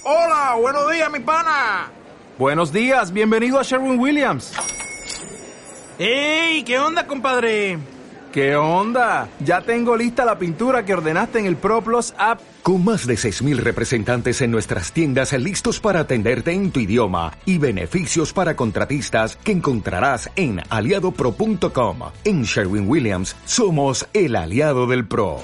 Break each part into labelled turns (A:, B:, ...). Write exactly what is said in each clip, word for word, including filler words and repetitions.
A: Hola, buenos días, mi pana.
B: Buenos días, bienvenido a Sherwin-Williams.
A: ¡Ey! ¿Qué onda, compadre?
B: ¿Qué onda? Ya tengo lista la pintura que ordenaste en el ProPlus app.
C: Con más de seis mil representantes en nuestras tiendas listos para atenderte en tu idioma y beneficios para contratistas que encontrarás en aliado pro punto com. En Sherwin-Williams somos el aliado del pro.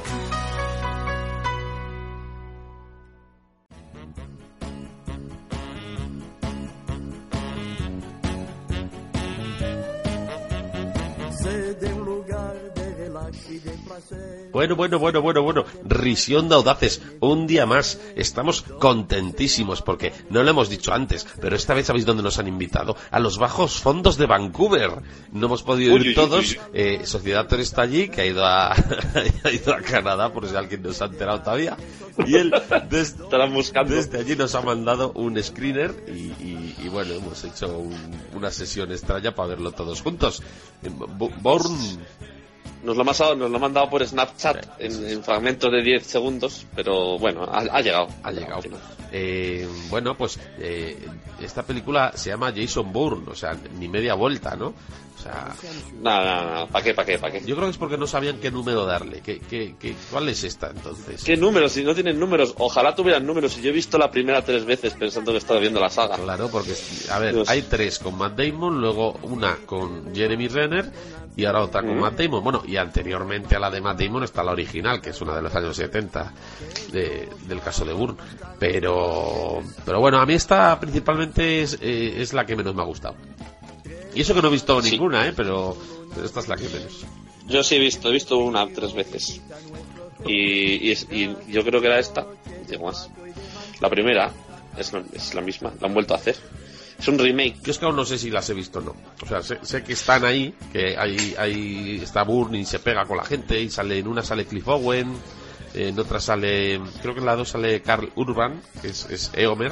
D: Bueno, bueno, bueno, bueno, bueno, Risión de Audaces, un día más, estamos contentísimos porque, no lo hemos dicho antes, pero esta vez ¿sabéis dónde nos han invitado? A los bajos fondos de Vancouver. No hemos podido ir todos, eh, Sociedad Actor está allí, que ha ido a, ha ido a Canadá, por si alguien no se ha enterado todavía, y él desde, desde allí nos ha mandado un screener y, y, y bueno, hemos hecho un, una sesión extraña para verlo todos juntos. Bourne...
E: Nos lo, ha, nos lo ha mandado por Snapchat en, en fragmentos de diez segundos, pero bueno, ha, ha llegado.
D: Ha llegado. Eh, bueno, pues eh, esta película se llama Jason Bourne, o sea, ni media vuelta, ¿no? O sea...
E: Nada, nada, nada, ¿para qué, para qué, para qué?
D: Yo creo que es porque no sabían qué número darle. ¿Qué, qué, qué, ¿Cuál es esta, entonces?
E: ¿Qué números? Si no tienen números, ojalá tuvieran números. Si yo he visto la primera tres veces pensando que estaba viendo la saga.
D: Claro, porque, a ver, Dios. Hay tres con Matt Damon, luego una con Jeremy Renner y ahora otra con mm. Matt Damon. Bueno, y anteriormente a la de Matt Damon está la original, que es una de los años setenta, de, del caso de Bourne. Pero, pero bueno, a mí esta principalmente es, eh, es la que menos me ha gustado. Y eso que no he visto sí. ninguna, ¿eh? Pero, pero esta es la que menos.
E: Yo sí he visto, he visto una tres veces. Y, y, es, y yo creo que era esta. Digo más. La primera es, es la misma, la han vuelto a hacer. Es un remake.
D: Yo es que aún no sé si las he visto o no. O sea, sé, sé que están ahí, que ahí, ahí está Bourne y se pega con la gente. Y sale en una sale Cliff Owen, en otra sale, creo que en la dos sale Carl Urban, que es, es Eomer.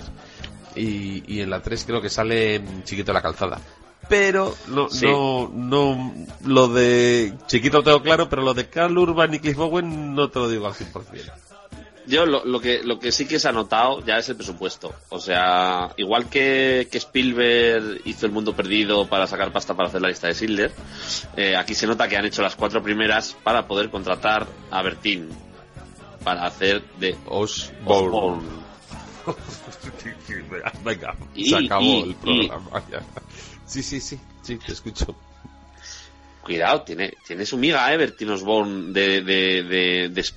D: Y, y en la tres creo que sale Chiquito de la Calzada. Pero no, sí. no, no, lo de Chiquito lo tengo claro, pero lo de Carl Urban y Cliff Owen no te lo digo al cien por ciento.
E: Yo lo, lo que lo que sí que se ha notado ya es el presupuesto. O sea, igual que, que Spielberg hizo El Mundo Perdido para sacar pasta para hacer la lista de Schindler, eh, aquí se nota que han hecho las cuatro primeras para poder contratar a Bertín para hacer de Osborne.
D: Venga, y, se acabó y, el programa. Y... Sí, sí, sí, sí, te escucho.
E: Cuidado, tiene, tiene su miga, eh, Bertín Osborne de, de, de, de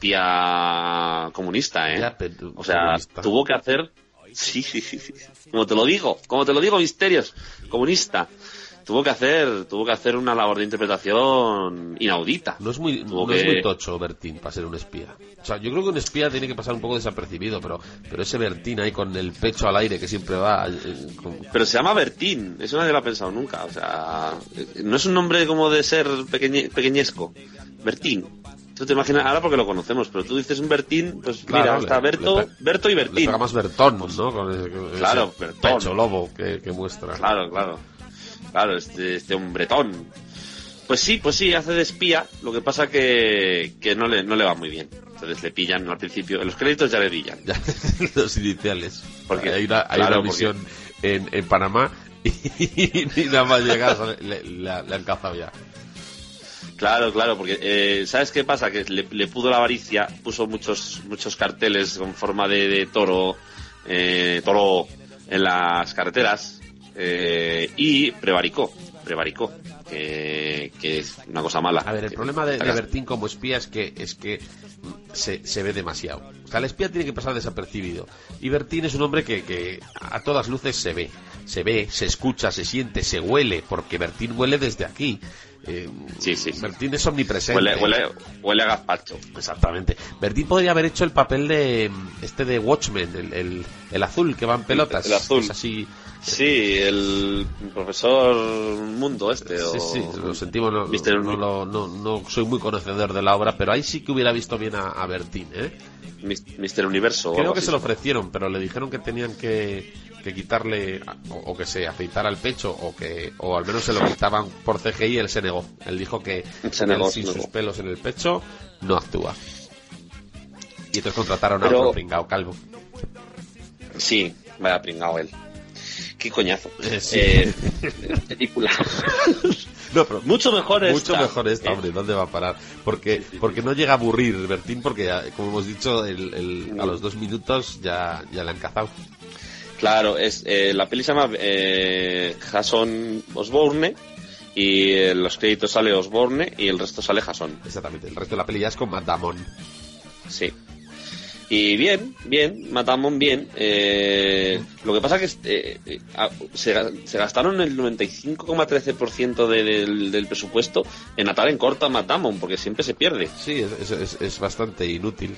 E: espía comunista, eh. Ya, pero, o sea, comunista. Tuvo que hacer, sí, sí, sí, sí, como te lo digo, como te lo digo, Misterios, comunista. Tuvo que hacer, tuvo que hacer una labor de interpretación inaudita.
D: No es muy, no que... es muy tocho Bertín para ser un espía. O sea, yo creo que un espía tiene que pasar un poco desapercibido, pero, pero ese Bertín ahí con el pecho al aire que siempre va. Eh, con...
E: Pero se llama Bertín, eso nadie lo ha pensado nunca. O sea, no es un nombre como de ser pequeñe, pequeñesco. Bertín. Tú te imaginas, ahora porque lo conocemos, pero tú dices un Bertín, pues claro, mira, está Berto, pe- Berto y Bertín. Le
D: pega más Bertón, ¿no? Con ese, con
E: claro,
D: ese
E: Bertón.
D: Pecho lobo que, que muestra.
E: Claro, claro. Claro, este, este hombretón. Pues sí, pues sí, hace de espía. Lo que pasa que, que no le, no le va muy bien. Entonces le pillan al principio. En los créditos ya le pillan. Ya,
D: los iniciales.
E: Porque
D: hay una, hay claro, una misión porque... en, en Panamá y, y, y nada más llegar le, le, le han cazado ya.
E: Claro, claro, porque eh, ¿sabes qué pasa? Que le, le pudo la avaricia, puso muchos muchos carteles con forma de, de toro, eh, toro en las carreteras. Eh, y prevaricó, prevaricó, que, que es una cosa mala.
D: A ver, el problema de, de Bertín como espía es que es que se, se ve demasiado. O sea, el espía tiene que pasar desapercibido. Y Bertín es un hombre que, que a todas luces se ve, se ve, se escucha, se siente, se huele, porque Bertín huele desde aquí. Eh,
E: sí, sí, sí.
D: Bertín es omnipresente.
E: Huele, huele, huele a gazpacho.
D: Exactamente. Bertín podría haber hecho el papel de este de Watchmen, el, el, el azul que va en pelotas.
E: El, el azul.
D: Es así.
E: Sí, el profesor Mundo este.
D: Sí,
E: o...
D: sí, lo sentimos, no, no, no, no, no soy muy conocedor de la obra, pero ahí sí que hubiera visto bien a, a Bertín, ¿eh?
E: Mister Universo.
D: Creo que se lo ofrecieron, pero le dijeron que tenían que, que quitarle, o, o que se afeitara el pecho, o que o al menos se lo quitaban por C G I, y él se negó. Él dijo que
E: se negó,
D: él sin
E: se
D: sus
E: negó.
D: pelos en el pecho no actúa. Y entonces contrataron
E: pero...
D: a otro pringao calvo.
E: Sí, vaya pringao él. Qué coñazo.
D: Eh, sí.
E: Eh, película.
D: No, pero
E: mucho mejor esta.
D: Mucho mejor esta, hombre, ¿dónde va a parar? Porque porque no llega a aburrir Bertín, porque ya, como hemos dicho, el, el, a los dos minutos ya, ya le han cazado.
E: Claro, es eh, la peli se llama eh, Jason Osbourne y en los créditos sale Osbourne y el resto sale Jason.
D: Exactamente, el resto de la peli ya es con Matt Damon.
E: Sí. Y bien, bien, Matt Damon bien. Eh, lo que pasa que eh, eh, se, se gastaron el noventa y cinco coma trece por ciento de, del, del presupuesto en atar en corto a Matt Damon, porque siempre se pierde.
D: Sí, es, es, es bastante inútil.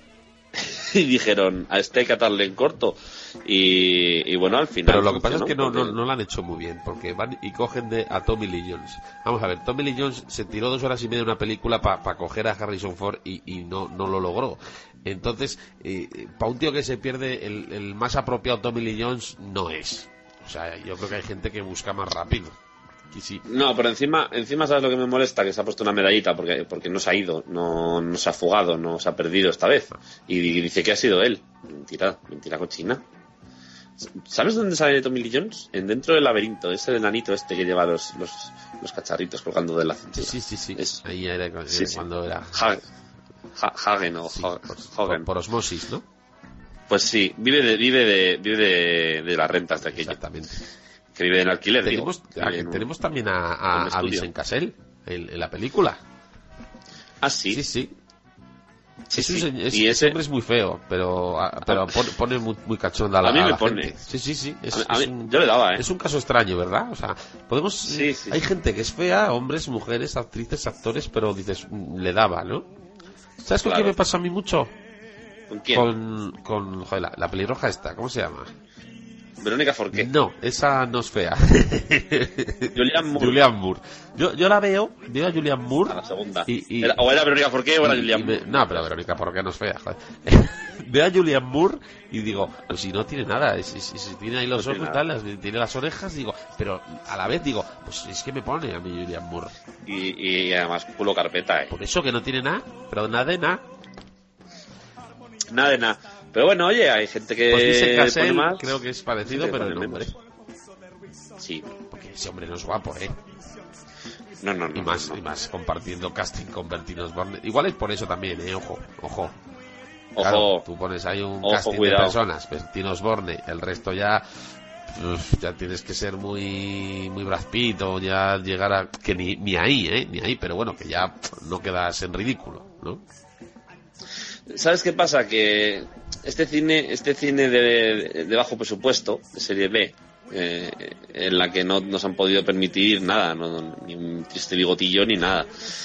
E: Y dijeron, a este hay que atarle en corto. Y, y bueno, al final.
D: Pero lo que pasa es que no, no, no lo han hecho muy bien, porque van y cogen de a Tommy Lee Jones. Vamos a ver, Tommy Lee Jones se tiró dos horas y media de una película para pa coger a Harrison Ford y, y no, no lo logró. Entonces, eh, para un tío que se pierde, el, el más apropiado Tommy Lee Jones no es. O sea, yo creo que hay gente que busca más rápido. Y sí.
E: No, pero encima, encima sabes lo que me molesta, que se ha puesto una medallita porque, porque no se ha ido, no, no se ha fugado, no se ha perdido esta vez. Y dice que ha sido él. Mentira, mentira cochina. ¿Sabes dónde sale Tommy Lee Jones? En dentro del laberinto, es el enanito este que lleva los, los, los cacharritos colgando de la cintura.
D: Sí, sí, sí.
E: Es,
D: ahí era, era
E: sí,
D: cuando
E: sí.
D: era.
E: Hagen, Hagen o
D: sí,
E: Hagen.
D: Por, por, por osmosis, ¿no?
E: Pues sí, vive de, vive de, vive de, de las rentas de aquello.
D: Exactamente.
E: Que vive en alquiler.
D: Tenemos,
E: digo,
D: a,
E: en un,
D: tenemos también a, a, a Vincent Cassel en, en la película.
E: Ah, sí.
D: Sí, sí.
E: Sí,
D: es,
E: sí.
D: Un, es,
E: y
D: ese hombre es muy feo, pero, pero pone, pone muy, muy cachonda a la,
E: a mí me
D: a la
E: pone.
D: gente. Sí, sí, sí. Es,
E: a mí,
D: es un,
E: yo le daba, ¿eh?
D: Es un caso extraño, ¿verdad? O sea, podemos.
E: Sí, sí,
D: hay
E: sí.
D: gente que es fea, hombres, mujeres, actrices, actores, pero dices, le daba, ¿no? ¿Sabes con
E: claro.
D: quién me pasa a mí mucho?
E: ¿Con quién?
D: Con, con joder, la, la pelirroja esta, ¿cómo se llama?
E: Verónica Forqué.
D: No, esa no es fea.
E: Julianne Moore.
D: Julianne Moore. Yo, yo la veo, veo a Julianne Moore.
E: A la segunda.
D: Y, y,
E: era, o era Verónica Forqué o era
D: y,
E: Julianne
D: y me,
E: Moore.
D: no, pero Verónica Forqué no es fea, joder. Veo a Julianne Moore y digo, pues si no tiene nada, si, si, si tiene ahí los
E: no
D: ojos, tal, las, tiene las orejas, digo, pero a la vez digo, pues es que me pone a mí Julianne Moore.
E: Y, y además culo carpeta, eh.
D: Por eso que no tiene nada, pero nada de nada.
E: Nada de nada. Pero bueno, oye, hay gente que
D: Pues Vincent Cassel,
E: pone más.
D: creo que es parecido,
E: Sí,
D: pero
E: pone
D: el nombre.
E: menos. Sí.
D: Porque ese hombre no es guapo, eh.
E: No, no, no.
D: Y más,
E: no, no.
D: y más compartiendo casting con Bertín Osborne. Igual es por eso también, eh, ojo, ojo.
E: Ojo.
D: Claro, tú pones ahí un
E: Ojo,
D: casting
E: cuidado.
D: de personas, Bertín Osborne, el resto ya, uf, ya tienes que ser muy, muy Brad Pitt o ya llegar a, que ni, ni ahí, eh, ni ahí, pero bueno, que ya no quedas en ridículo, ¿no?
E: ¿Sabes qué pasa? Que este cine, este cine de, de bajo presupuesto, de serie B, eh, en la que no nos han podido permitir nada, no, ni un triste bigotillo ni nada,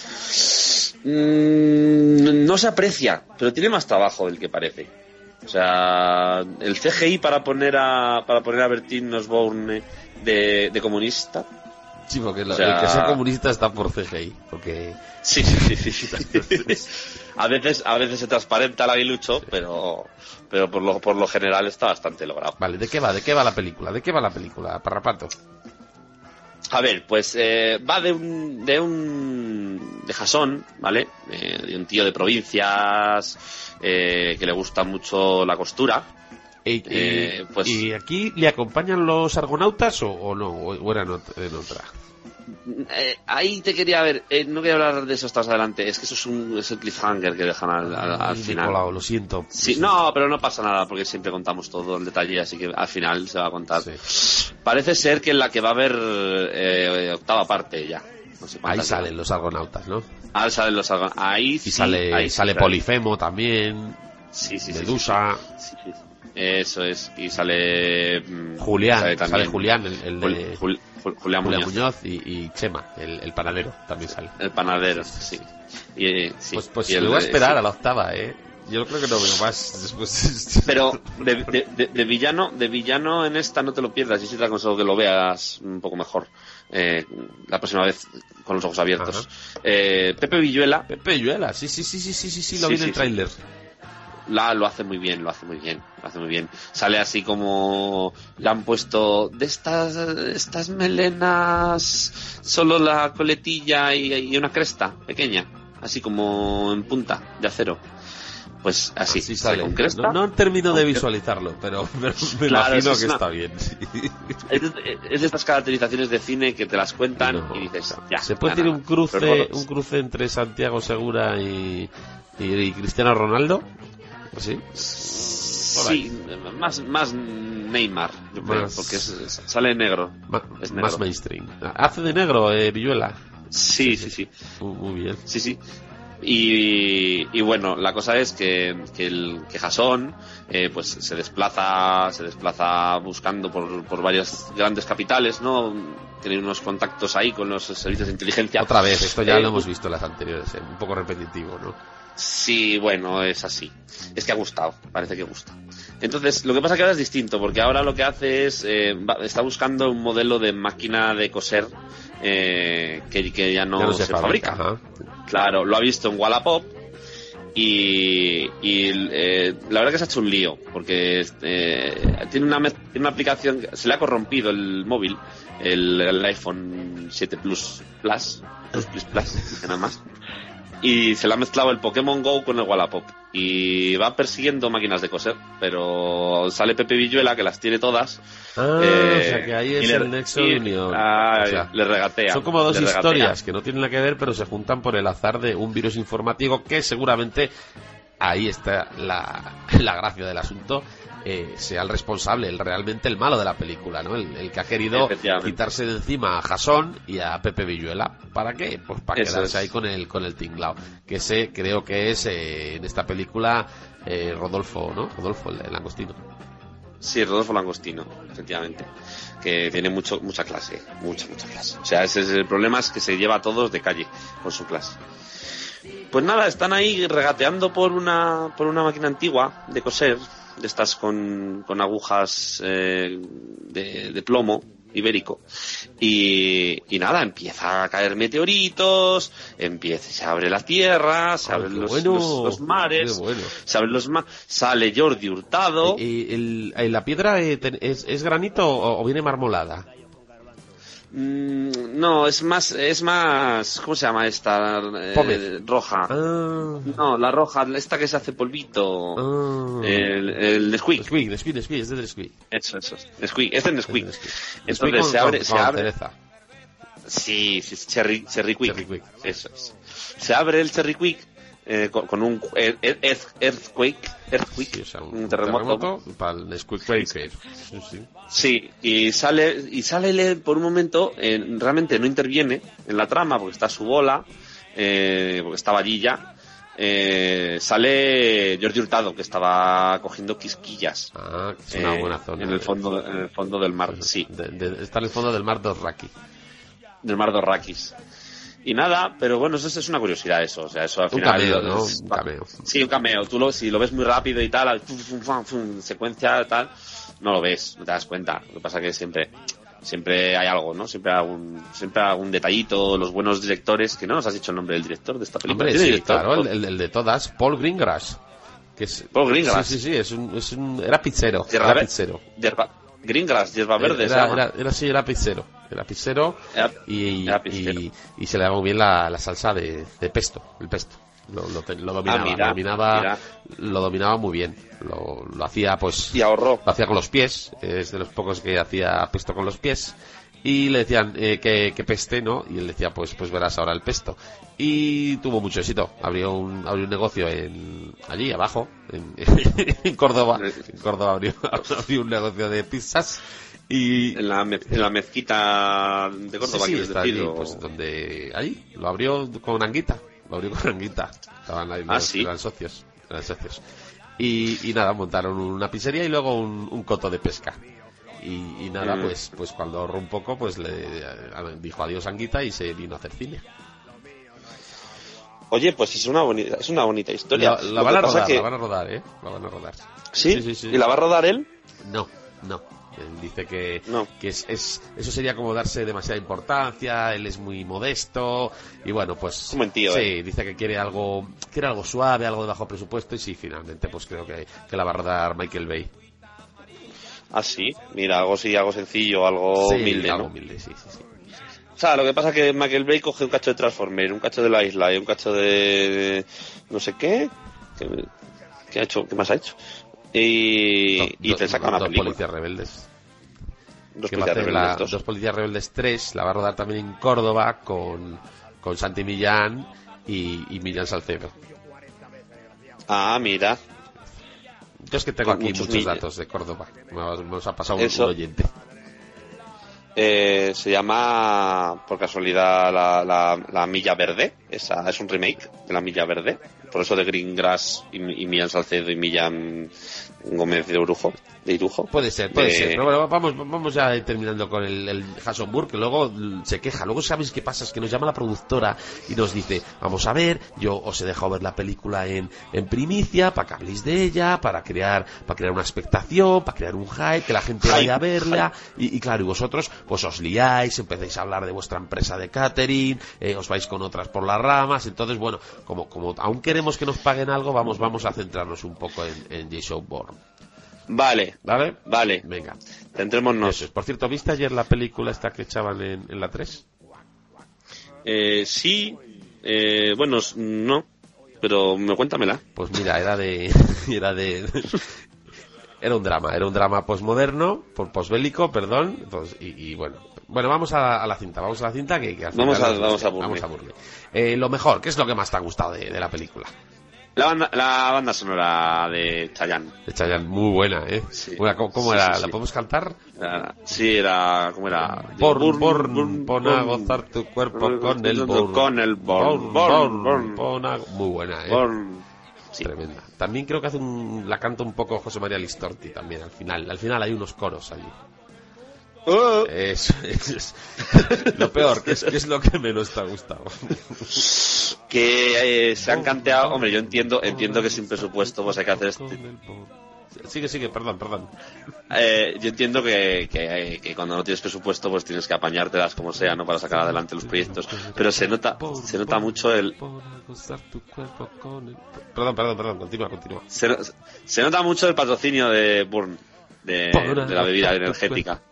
E: mm, no se aprecia, pero tiene más trabajo del que parece. O sea, el C G I para poner a para poner a Bertín Osborne de, de comunista.
D: Sí, porque lo,
E: O sea,
D: el que sea comunista está por C G I, porque...
E: Sí, sí, sí, sí. a veces, a veces se transparenta el aguilucho, sí. pero, pero por lo, por lo general está bastante logrado.
D: Vale, ¿de qué va? ¿De qué va la película? ¿De qué va la película, Parrapato?
E: A ver, pues eh, va de un, de un, de Jasón, ¿vale? Eh, de un tío de provincias eh, que le gusta mucho la costura.
D: Y, y,
E: eh, pues,
D: ¿y aquí le acompañan los argonautas o, o no? ¿O, o eran en otra?
E: Eh, ahí te quería ver, eh, no quería hablar de eso hasta adelante, es que eso es un es el cliffhanger que dejan al, al, al
D: Ay,
E: final.
D: Nicolau, lo siento.
E: Sí, no, pero no pasa nada porque siempre contamos todo en detalle, así que al final se va a contar.
D: Sí.
E: Parece ser que en la que va a haber eh, octava parte ya. No sé
D: ahí salen los argonautas, ¿no?
E: Ahí salen los argonautas. Ahí sí,
D: y sale,
E: ahí
D: sale
E: sí,
D: Polifemo también.
E: Sí, sí,
D: Medusa.
E: Sí, sí, sí. Eso es. Y sale
D: Julián,
E: sale,
D: sale Julián, el, el de
E: Jul, Jul, Julián,
D: Julián
E: Muñoz,
D: Muñoz y, y Chema, el, el panadero, también sale.
E: El panadero, sí. Y, sí.
D: Pues, pues
E: y el,
D: me voy a esperar
E: sí.
D: a la octava, ¿eh? Yo creo que no veo más después.
E: Pero de, de, de, de villano, de villano en esta no te lo pierdas. Yo sí te aconsejo que lo veas un poco mejor eh, la próxima vez con los ojos abiertos. Eh, Pepe Villuela.
D: Pepe Villuela, sí, sí, sí, sí, sí, sí, sí, lo
E: sí,
D: vi
E: sí,
D: en el tráiler.
E: Sí. La, lo hace muy bien, lo hace muy bien, lo hace muy bien. Sale así como le han puesto de estas, estas melenas, solo la coletilla y, y una cresta pequeña, así como en punta de acero. Pues así,
D: así sale.
E: Con cresta,
D: no, no termino de visualizarlo, pero, pero me claro, imagino que una... está bien. Sí.
E: Es, de, es de estas caracterizaciones de cine que te las cuentan no, y dices, ya.
D: ¿Se puede decir un cruce bueno, un cruce entre Santiago Segura y, y, y Cristiano Ronaldo? ¿Sí?
E: Sí, más, más Neymar, yo creo, más, porque es, sale negro,
D: más,
E: es negro.
D: Más mainstream. ¿Hace de negro, eh, Villuela?
E: Sí, sí, sí. sí.
D: Muy, muy bien.
E: Sí, sí. Y, y bueno, la cosa es que, que el que Jason eh, pues se desplaza se desplaza buscando por, por varias grandes capitales, ¿no? Tiene unos contactos ahí con los servicios de inteligencia.
D: Otra vez, esto ya eh, lo hemos visto en las anteriores, eh, un poco repetitivo, ¿no?
E: Sí, bueno, es así. Es que ha gustado, parece que gusta. Entonces, lo que pasa es que ahora es distinto, porque ahora lo que hace es eh, está buscando un modelo de máquina de coser eh, que, que ya no,
D: ya no
E: se,
D: se
E: fabrica.
D: fabrica.
E: Claro, lo ha visto en Wallapop y, y eh, la verdad que se ha hecho un lío, porque eh, tiene, una, tiene una aplicación, se le ha corrompido el móvil, el, el iPhone siete Plus Plus, Plus Plus Plus, nada más. Y se le ha mezclado el Pokémon Go con el Wallapop. Y va persiguiendo máquinas de coser. Pero sale Pepe Villuela, que las tiene todas.
D: Ah, eh, o sea que ahí es le, el nexo de unión.
E: Ah,
D: o sea,
E: le regatea.
D: Son como dos historias
E: regatea.
D: que no tienen nada que ver, pero se juntan por el azar de un virus informático que seguramente, ahí está la, la gracia del asunto, eh, sea el responsable, el realmente el malo de la película, ¿no? El, el que ha querido quitarse de encima a Jason y a Pepe Villuela. ¿Para qué? Pues para Eso quedarse es. ahí con el con el tinglao. Que ese creo que es eh, en esta película eh, Rodolfo, ¿no? Rodolfo, el, el langostino.
E: Sí, Rodolfo Langostino, efectivamente. Que tiene mucho mucha clase, mucha, mucha clase. O sea, ese es el problema, es que se lleva a todos de calle con su clase. Pues nada, están ahí regateando por una por una máquina antigua de coser, de estas con, con agujas eh, de, de plomo ibérico, y, y nada, empieza a caer meteoritos, empieza, se abre la tierra, se abren los,
D: bueno,
E: los, los mares,
D: bueno.
E: se abren los ma- sale Jordi Hurtado.
D: ¿Y, el, el, la piedra es, es granito o, o viene marmolada?
E: Mm, no, es más, es más, ¿cómo se llama esta? Eh, roja.
D: Ah.
E: No, la roja, esta que se hace polvito.
D: Ah.
E: El, el Nesquik.
D: Nesquik, Nesquik, Nesquik, es de Nesquik.
E: Eso, eso. Nesquik, es de Nesquik.
D: Entonces
E: se abre, se abre.
D: Cereza.
E: Sí, sí, Cherry, Cherry Quick.
D: Cherry Quick.
E: Eso es. Se abre el Cherry Quick eh, con, con un earthquake, earthquake,
D: sí, o sea, un,
E: un terremoto,
D: terremoto para el Nesquik Quake. Sí, sí.
E: Sí, y sale y sale por un momento, eh, realmente no interviene en la trama porque está a su bola, eh, porque estaba allí ya. Eh, sale Jordi Hurtado, que estaba cogiendo quisquillas.
D: Ah, que es una eh, buena zona.
E: En el fondo, en el fondo del mar, sí.
D: De, de, está en el fondo del mar Dothraki.
E: Del mar Dothraki. Y nada, pero bueno, eso es una curiosidad, eso. O sea, eso al
D: un
E: final.
D: Cameo, ¿no?
E: Es,
D: un cameo.
E: Sí, un cameo. Tú lo, si lo ves muy rápido y tal, fum, fum, fum, secuencia tal, no lo ves, no te das cuenta. Lo que pasa es que siempre, siempre hay algo, ¿no? Siempre hay algún, siempre hay algún detallito. Los buenos directores, que no nos has dicho el nombre del director de esta película.
D: Hombre, sí,
E: director?
D: claro, el, el, el de todas, Paul Greengrass. Que es,
E: Paul Greengrass.
D: Sí, sí, sí, es un, es un, era pizzero.
E: Hierba,
D: era pizzero.
E: Hierba, Greengrass, hierba verde.
D: Era, era, era, era, sí, era pizzero. Era pizzero era, y,
E: era
D: y, y se le daba muy bien la, la salsa de, de pesto, el pesto. Lo, lo, lo dominaba,
E: ah, mira,
D: lo dominaba,
E: mira.
D: lo dominaba muy bien. Lo, lo hacía pues.
E: Y ahorró.
D: Lo hacía con los pies. Es de los pocos que hacía pesto con los pies. Y le decían eh, que, que peste, ¿no? Y él decía, pues, pues verás ahora el pesto. Y tuvo mucho éxito. Abrió un, abrió un negocio en allí abajo, en, en Córdoba. En Córdoba abrió, abrió un negocio de pizzas. Y
E: en la, mez, en la mezquita de Córdoba,
D: sí, sí,
E: que
D: está
E: decir,
D: allí,
E: o...
D: pues donde allí lo abrió con Anguita, lo abrió con Anguita, estaban ahí,
E: ¿Ah,
D: los,
E: sí?
D: eran socios, eran socios. Y, y nada, montaron una pizzería y luego un, un coto de pesca. Y, y nada, mm. pues pues cuando ahorró un poco, pues le dijo adiós Anguita y se vino a hacer cine.
E: Oye, pues es una bonita, es una bonita historia.
D: La, la van a rodar, que... la van a rodar, ¿eh? La van a rodar.
E: ¿Sí?
D: Sí, sí, sí.
E: ¿Y la va a rodar él?
D: No, no. Él dice que,
E: no.
D: que es, es eso sería como darse demasiada importancia, él es muy modesto y bueno, pues
E: un buen tío,
D: sí,
E: eh.
D: dice que quiere algo quiere algo suave, algo de bajo presupuesto y sí, finalmente pues creo que, que la va a rodar Michael Bay.
E: Ah, sí, mira, algo sí, algo sencillo, algo
D: sí,
E: humilde,
D: algo
E: ¿no?
D: humilde, sí, sí, sí.
E: O sea, lo que pasa es que Michael Bay coge un cacho de Transformer, un cacho de la isla y un cacho de, de no sé qué, que, ¿Qué ha hecho? ¿Qué más ha hecho? Y,
D: do,
E: y te saca
D: do,
E: una
D: dos
E: película.
D: Policías Rebeldes.
E: Dos
D: que va a
E: Policías
D: hacer
E: Rebeldes
D: la,
E: dos.
D: Dos Policías Rebeldes tres, la va a rodar también en Córdoba con, con Santi Millán y, y Millán Salcedo.
E: Ah, mira.
D: Yo es que tengo
E: Con
D: aquí
E: muchos
D: muchos
E: mi-
D: datos de Córdoba. Me nos ha pasado un,
E: Eso.
D: un oyente.
E: Eh, se llama, por casualidad, la, la, la Milla Verde. Esa es un remake de la Milla Verde. Por eso de Greengrass y, y Millán Salcedo y Millán Gómez de Irujo. De Irujo.
D: Puede ser, puede
E: de...
D: ser. Pero bueno, vamos, vamos ya terminando con el, el Jason Bourne, que luego se queja. Luego, ¿sabéis qué pasa? Es que nos llama la productora y nos dice, vamos a ver, yo os he dejado ver la película en, en primicia, para que habléis de ella, para crear, para crear una expectación, para crear un hype, que la gente
E: Hype,
D: vaya a verla. Y, y claro, y vosotros, pues os liáis, empezáis a hablar de vuestra empresa de catering, eh, os vais con otras por las ramas. Entonces, bueno, como, como aún queremos que nos paguen algo, vamos, vamos a centrarnos un poco en, en Jason Bourne.
E: Vale,
D: ¿Vale?
E: vale.
D: Venga.
E: Centrémonos.
D: Eso es. Por cierto, ¿viste ayer la película esta que echaban en, en la tres?
E: Eh, sí, eh, bueno, no, pero me cuéntamela.
D: Pues mira, era de... era de... era un drama, era un drama posmoderno, por posbélico, perdón. Entonces, y, y bueno, bueno, vamos a, a la cinta, vamos a la cinta que, que al
E: Vamos
D: final
E: a-
D: nos-
E: vamos a Burley.
D: vamos a Burley. Eh, lo mejor, ¿qué es lo que más te ha gustado de, de la película?
E: La banda, la banda sonora de Chayanne.
D: De Chayanne, muy buena, ¿eh?
E: Sí.
D: Buena, ¿Cómo, cómo
E: Sí,
D: era?
E: sí,
D: ¿La
E: sí.
D: podemos cantar?
E: Era- sí, era, ¿cómo era?
D: Born,
E: Burn,
D: born,
E: burn,
D: pon a
E: burn.
D: gozar tu cuerpo con el born.
E: Con el born,
D: Born,
E: born,
D: born,
E: born,
D: pon a- Muy buena, ¿eh?
E: born. Sí.
D: Tremenda. También creo que hace un, la canta un poco José María Listorti también al final. Al final hay unos coros allí.
E: Oh.
D: Eso, eso es lo peor, que es, que es lo que menos te ha gustado.
E: Que eh, se han canteado, hombre, yo entiendo, entiendo que sin presupuesto pues hay que hacer este,
D: Sigue, sigue, perdón, perdón.
E: eh, yo entiendo que, que, que cuando no tienes presupuesto pues tienes que apañártelas como sea, ¿no? Para sacar adelante los proyectos, pero se nota, se nota mucho el,
D: Perdón, perdón, perdón, continúa, continúa.
E: se, no- se nota mucho el patrocinio de Burn, de, de la bebida energética.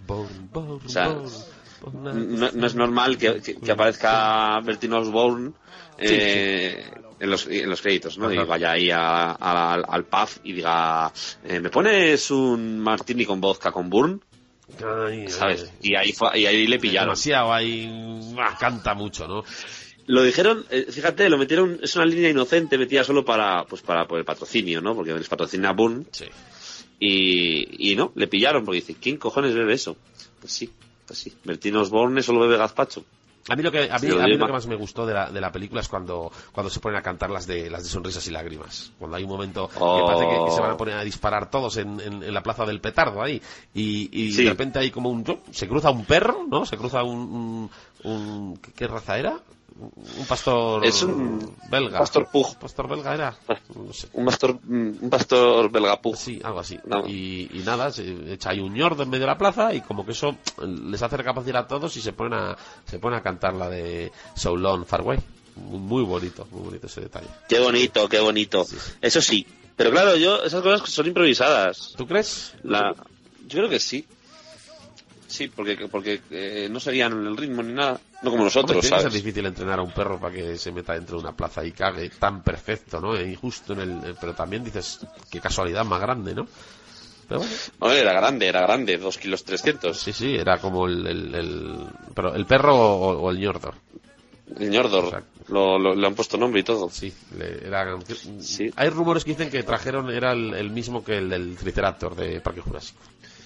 E: O sea, no, no es normal que, que, que aparezca Bertín Osborne eh, en, los, en los créditos, ¿no? Y vaya ahí a, a- al, al pub y diga, eh, ¿me pones un martini con vodka con Burn?
D: Ay,
E: ¿Sabes?
D: ay.
E: Y ahí, fue, y ahí le pillaron.
D: Demasiado, ahí ah, canta mucho, ¿no?
E: Lo dijeron, eh, fíjate, lo metieron, es una línea inocente metida solo para, pues para por el patrocinio, ¿no? Porque les patrocina Burn.
D: Sí.
E: Y, y no, le pillaron porque dice, ¿quién cojones bebe eso? Pues sí, pues sí. Bertín Osborne solo bebe gazpacho.
D: A mí lo que a mí,
E: Sí, lo
D: a mí
E: digo,
D: lo que más me gustó de la, de la película es cuando cuando se ponen a cantar las de las de sonrisas y lágrimas. Cuando hay un momento
E: Oh.
D: que parece que, que se van a poner a disparar todos en, en, en la plaza del petardo ahí y, y
E: Sí.
D: de repente hay como un se cruza un perro, ¿no? Se cruza un, un, un- ¿qué, qué raza era? Un pastor
E: Es un
D: belga.
E: pastor pug.
D: Pastor belga era. No sé.
E: Un pastor, un pastor belga pug.
D: Sí, algo así.
E: No.
D: Y, y nada, se echa ahí un ñordo en medio de la plaza y como que eso les hace recapacitar a todos y se ponen a, se ponen a cantar la de So Long Far Away. Muy, muy bonito, muy bonito ese detalle.
E: Qué bonito, qué bonito.
D: Sí, sí.
E: Eso sí. Pero claro, yo, esas cosas son improvisadas.
D: ¿Tú crees?
E: La, yo creo que sí. Sí, porque, porque eh, no seguían el ritmo ni nada. No como nosotros,
D: Hombre, tiene que
E: ¿sabes?
D: ser difícil entrenar a un perro para que se meta dentro de una plaza y cague tan perfecto, ¿no? Y justo en el... Pero también dices, qué casualidad más grande, ¿no? Pero bueno.
E: No, era grande, era grande, dos kilos trescientos.
D: Sí, sí, era como el... el, el- pero ¿el perro o, o el ñordo?
E: El Ñordor.
D: Exacto.
E: Lo, lo- le han puesto nombre y todo.
D: Sí, le- era...
E: Sí.
D: Hay rumores que dicen que trajeron, era el, el mismo que el del Triceratops de Parque Jurásico.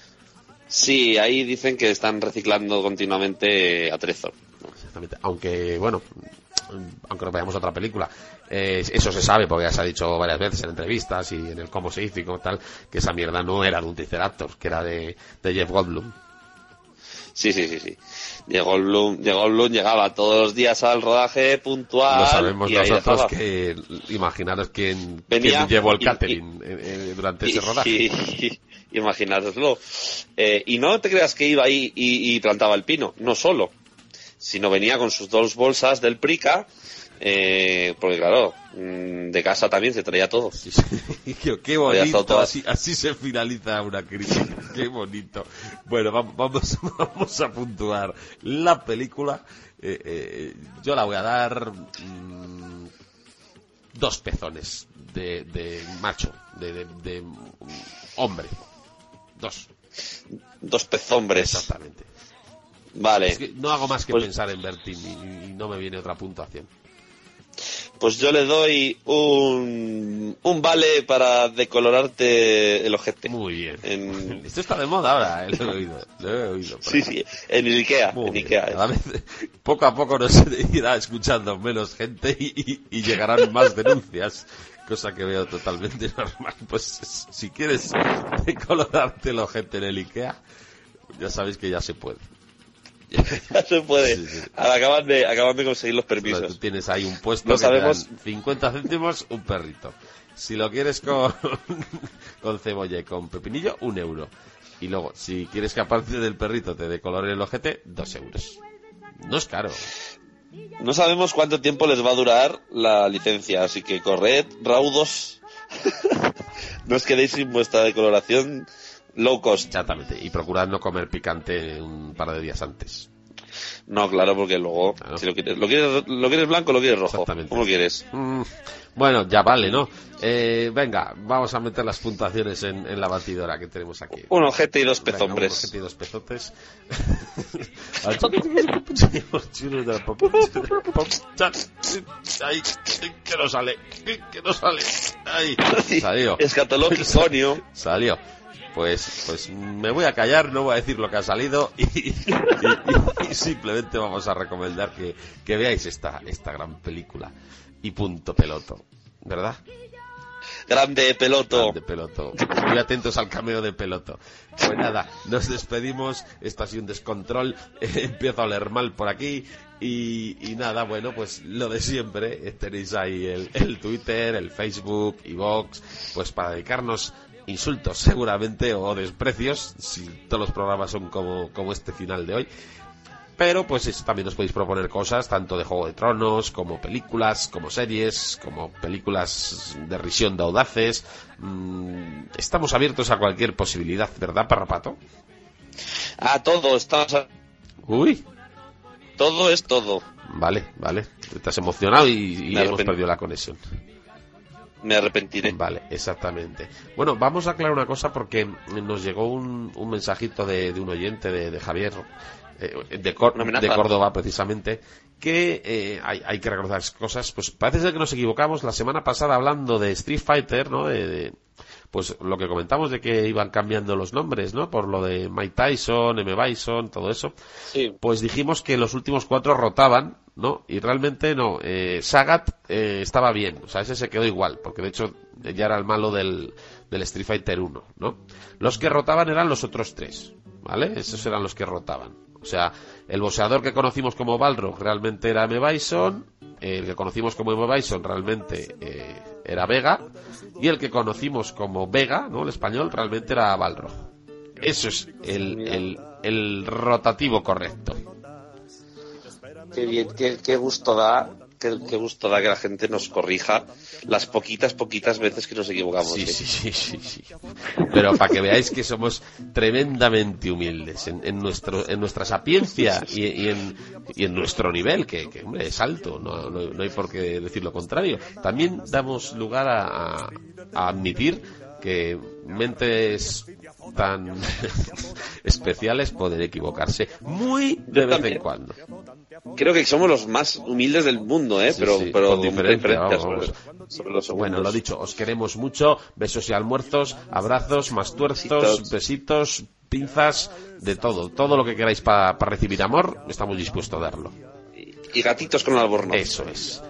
E: Sí, ahí dicen que están reciclando continuamente a Trezor.
D: Exactamente. Aunque, bueno, aunque nos vayamos a otra película, eh, eso se sabe porque ya se ha dicho varias veces en entrevistas y en el cómo se hizo y como tal, que esa mierda no era de un Triceratops, que era de, de Jeff Goldblum.
E: Sí, sí, sí, sí. Llegó Blum, llegó Blum, llegaba todos los días al rodaje puntual.
D: Lo sabemos
E: y ahí
D: nosotros
E: dejaba.
D: que, imaginaros quién,
E: Venía
D: quién llevó el
E: y-
D: catering eh, eh, durante
E: Y-
D: ese rodaje.
E: y- y- imaginároslo. Eh, y no te creas que iba ahí y, y plantaba el pino, no solo, sino venía con sus dos bolsas del Prica, eh, porque claro, mm, de casa también se traía todo.
D: Sí, sí. qué, qué
E: Había estado
D: bonito,
E: todas-
D: así, así se finaliza una crítica, qué bonito. Bueno, vamos, vamos, vamos a puntuar la película. Eh, eh, yo la voy a dar mm, dos pezones de, de macho, de, de, de hombre. Dos.
E: Dos pezombres.
D: Exactamente.
E: Vale.
D: Es que no hago más que
E: pues,
D: pensar en Bertín y, y no me viene otra puntuación.
E: Pues yo le doy un, un vale para decolorarte el ojete.
D: Muy bien.
E: En...
D: Esto está de moda ahora, ¿eh? Lo he oído. Lo he oído
E: sí, sí, en el Ikea.
D: Muy
E: en
D: bien.
E: Ikea
D: Cada vez, poco a poco nos irá escuchando menos gente y, y, y llegarán más denuncias. Cosa que veo totalmente normal. Pues si quieres decolorarte el ojete en el Ikea, ya sabéis que ya se puede.
E: Ya se puede.
D: Sí, sí.
E: Acaban de, acaban de conseguir los permisos.
D: Tú tienes ahí un puesto
E: no
D: que
E: sabemos...
D: te dan cincuenta céntimos, un perrito. Si lo quieres con, con cebolla y con pepinillo, un euro. Y luego, si quieres que aparte del perrito te decolore el ojete, dos euros. No es caro.
E: No sabemos cuánto tiempo les va a durar la licencia, así que corred, raudos. No os quedéis sin vuestra decoloración low cost.
D: Exactamente, y procurad no comer picante un par de días antes.
E: No, claro, porque luego, claro. Si lo quieres, lo quieres, lo quieres blanco, lo quieres rojo.
D: Exactamente.
E: ¿Cómo lo quieres?
D: Mm, bueno, ya vale, ¿no? Eh, venga, vamos a meter las puntuaciones en, en la batidora que tenemos aquí.
E: Un ojete y dos
D: venga,
E: pezombres.
D: Un ojete y dos pezotes. Ay, que no sale, que no sale. Ay, salió.
E: Escatológico.
D: Salió. Pues, pues me voy a callar, no voy a decir lo que ha salido y, y, y, y simplemente vamos a recomendar que, que veáis esta, esta gran película. Y punto peloto, ¿verdad?
E: Grande Peloto.
D: Grande Peloto. Muy atentos al cameo de Peloto. Pues nada, nos despedimos. Esto ha sido un descontrol. Eh, empiezo a oler mal por aquí. Y, y nada, bueno, pues lo de siempre. Eh, tenéis ahí el, el Twitter, el Facebook, iVoox, pues para dedicarnos insultos seguramente o desprecios, si todos los programas son como, como este final de hoy. Pero pues eso, también os podéis proponer cosas tanto de Juego de Tronos como películas, como series, como películas de risión de audaces. Mm, estamos abiertos a cualquier posibilidad, ¿verdad, Parrapato?
E: A todo, estamos a...
D: Uy.
E: Todo es todo.
D: Vale, vale. Te has emocionado y, y hemos perdido la conexión.
E: Me arrepentiré.
D: Vale, exactamente. Bueno, vamos a aclarar una cosa porque nos llegó un, un mensajito de, de un oyente, de, de Javier, eh, de, Cor- de Córdoba precisamente, que eh, hay, hay que recordar cosas. Pues parece ser que nos equivocamos la semana pasada hablando de Street Fighter, ¿no? De, de, pues lo que comentamos de que iban cambiando los nombres, ¿no? Por lo de Mike Tyson, M. Bison, todo eso.
E: Sí.
D: Pues dijimos que los últimos cuatro rotaban, ¿no? Y realmente no. Eh, Sagat eh, estaba bien, o sea, ese se quedó igual, porque de hecho ya era el malo del, del Street Fighter uno, ¿no? Los que rotaban eran los otros tres, ¿vale? Esos eran los que rotaban. O sea, el boxeador que conocimos como Balrog realmente era M. Bison, el que conocimos como M. Bison realmente eh, era Vega, y el que conocimos como Vega, ¿no? El español, realmente era Balrog. Eso es el, el, el rotativo correcto.
E: Qué bien, qué, qué gusto da, qué, qué gusto da que la gente nos corrija las poquitas, poquitas veces que nos equivocamos.
D: Sí,
E: ¿eh?
D: sí, sí, sí, sí. Pero para que veáis que somos tremendamente humildes en, en nuestro, en nuestra sapiencia y, y en, y en nuestro nivel, que, que hombre, es alto, no, no, no hay por qué decir lo contrario. También damos lugar a, a, a admitir que mentes tan especiales pueden equivocarse muy de vez en cuando.
E: Creo que somos los más humildes del mundo, ¿eh?
D: Sí,
E: pero,
D: sí,
E: pero
D: con diferencia, vamos,
E: sobre,
D: vamos.
E: sobre los
D: Bueno, lo dicho, os queremos mucho. Besos y almuerzos, abrazos, más tuerzos, besitos, besitos pinzas, de todo. Todo lo que queráis para pa recibir amor, estamos dispuestos a darlo.
E: Y, y gatitos con albornoz.
D: Eso es.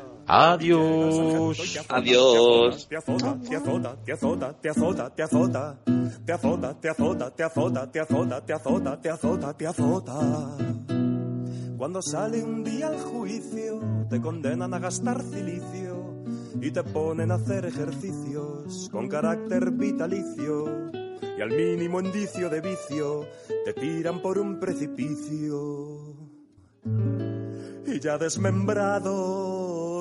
D: Adiós.
E: Adiós.
F: Te azota, te azota, te azota, te azota, te azota, te azota, te azota, te azota, te azota, te azota, te azota, te azota. Cuando sale un día al juicio, te condenan a gastar cilicio y te ponen a hacer ejercicios con carácter vitalicio. Y al mínimo indicio de vicio, te tiran por un precipicio. Y ya desmembrado